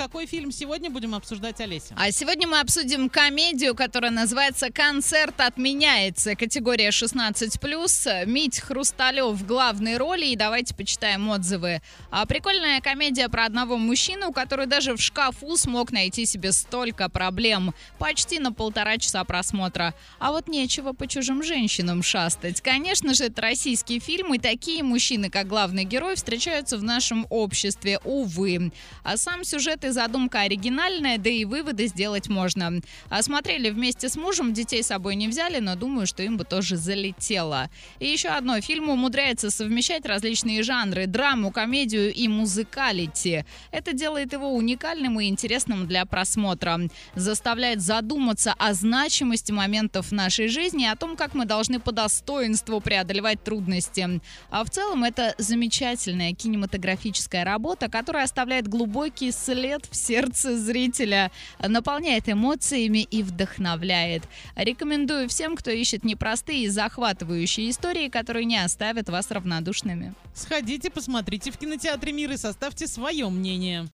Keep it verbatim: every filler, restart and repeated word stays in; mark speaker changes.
Speaker 1: какой фильм сегодня будем обсуждать, Олеся?
Speaker 2: А сегодня мы обсудим комедию, которая называется «Концерт отменяется». Категория шестнадцать плюс. Мить Хрусталев в главной роли. И давайте почитаем отзывы. А, прикольная комедия про одного мужчину, который даже в шкафу смог найти себе столько проблем. Почти на полтора часа просмотра. А вот нечего по чужим женщинам шастать. Конечно же, это российский фильм, и такие мужчины, как главный герой, встречаются в нашем обществе, увы. А сам сюжет и задумка оригинальная, да и выводы сделать можно. А смотрели вместе с мужем, детей с собой не взяли, но думаю, что им бы тоже залетело. И еще одно, фильм умудряется совмещать различные жанры: драму, комедию и музыкалити. Это делает его уникальным и интересным для просмотра. Заставляет задуматься о значимости моментов в нашей жизни и о том, как мы должны по достоинству преодолевать трудности. А в целом это замечательная кинематографическая работа, которая оставляет глубокий след в сердце зрителя, наполняет эмоциями и вдохновляет. Рекомендую всем, кто ищет непростые и захватывающие истории, которые не оставят вас равнодушными.
Speaker 1: Сходите, посмотрите в кинотеатре «Мир» и составьте свое мнение.